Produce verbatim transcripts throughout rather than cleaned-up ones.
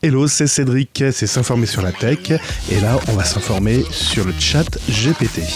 Hello, c'est Cédric, c'est s'informer sur la tech, et là on va s'informer sur le chat G P T.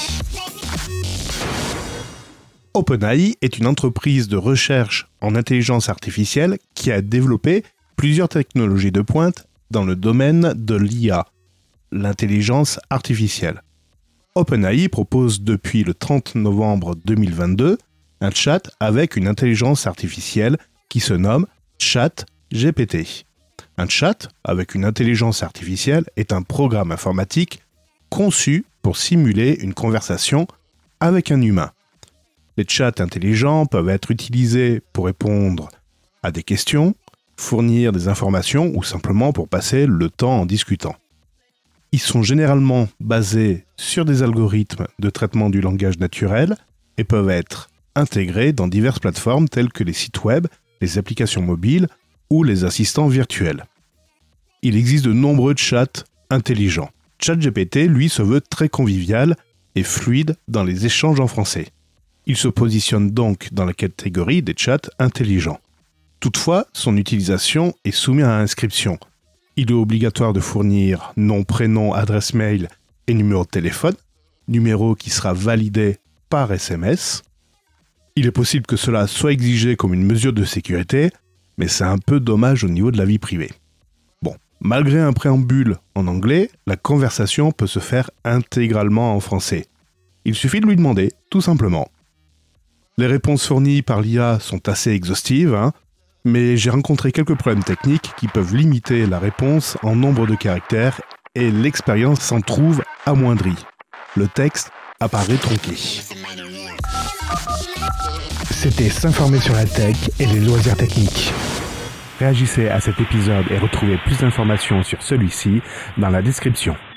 OpenAI est une entreprise de recherche en intelligence artificielle qui a développé plusieurs technologies de pointe dans le domaine de l'I A, l'intelligence artificielle. OpenAI propose depuis le trente novembre deux mille vingt-deux un chat avec une intelligence artificielle qui se nomme Chat G P T. Un chat avec une intelligence artificielle est un programme informatique conçu pour simuler une conversation avec un humain. Les chats intelligents peuvent être utilisés pour répondre à des questions, fournir des informations ou simplement pour passer le temps en discutant. Ils sont généralement basés sur des algorithmes de traitement du langage naturel et peuvent être intégrés dans diverses plateformes telles que les sites web, les applications mobiles ou les assistants virtuels. Il existe de nombreux chats intelligents. ChatGPT, lui, se veut très convivial et fluide dans les échanges en français. Il se positionne donc dans la catégorie des chats intelligents. Toutefois, son utilisation est soumise à inscription. Il est obligatoire de fournir nom, prénom, adresse mail et numéro de téléphone, numéro qui sera validé par S M S. Il est possible que cela soit exigé comme une mesure de sécurité, mais c'est un peu dommage au niveau de la vie privée. Bon, malgré un préambule en anglais, la conversation peut se faire intégralement en français. Il suffit de lui demander, tout simplement. Les réponses fournies par l'I A sont assez exhaustives, hein, mais j'ai rencontré quelques problèmes techniques qui peuvent limiter la réponse en nombre de caractères et l'expérience s'en trouve amoindrie. Le texte apparaît tronqué. C'était s'informer sur la tech et les loisirs techniques. Réagissez à cet épisode et retrouvez plus d'informations sur celui-ci dans la description.